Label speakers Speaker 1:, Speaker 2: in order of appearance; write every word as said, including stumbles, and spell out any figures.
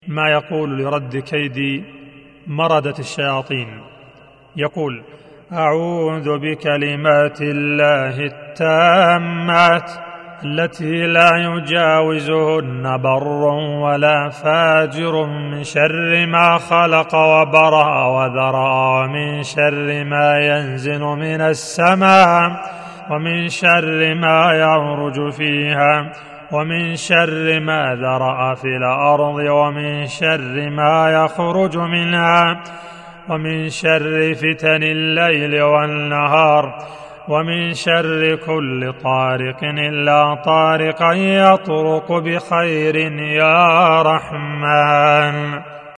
Speaker 1: ما يقول لرد كيد مردة الشياطين. يقول: أعوذ بكلمات الله التامات التي لا يجاوزهن بر ولا فاجر من شر ما خلق وبرأ وذرأ، ومن شر ما ينزل من السماء، ومن شر ما يعرج فيها، ومن شر ما ذرأ في الأرض، ومن شر ما يخرج منها، ومن شر فتن الليل والنهار، ومن شر كل طارق إلا طارقا يطرق بخير يا رحمن.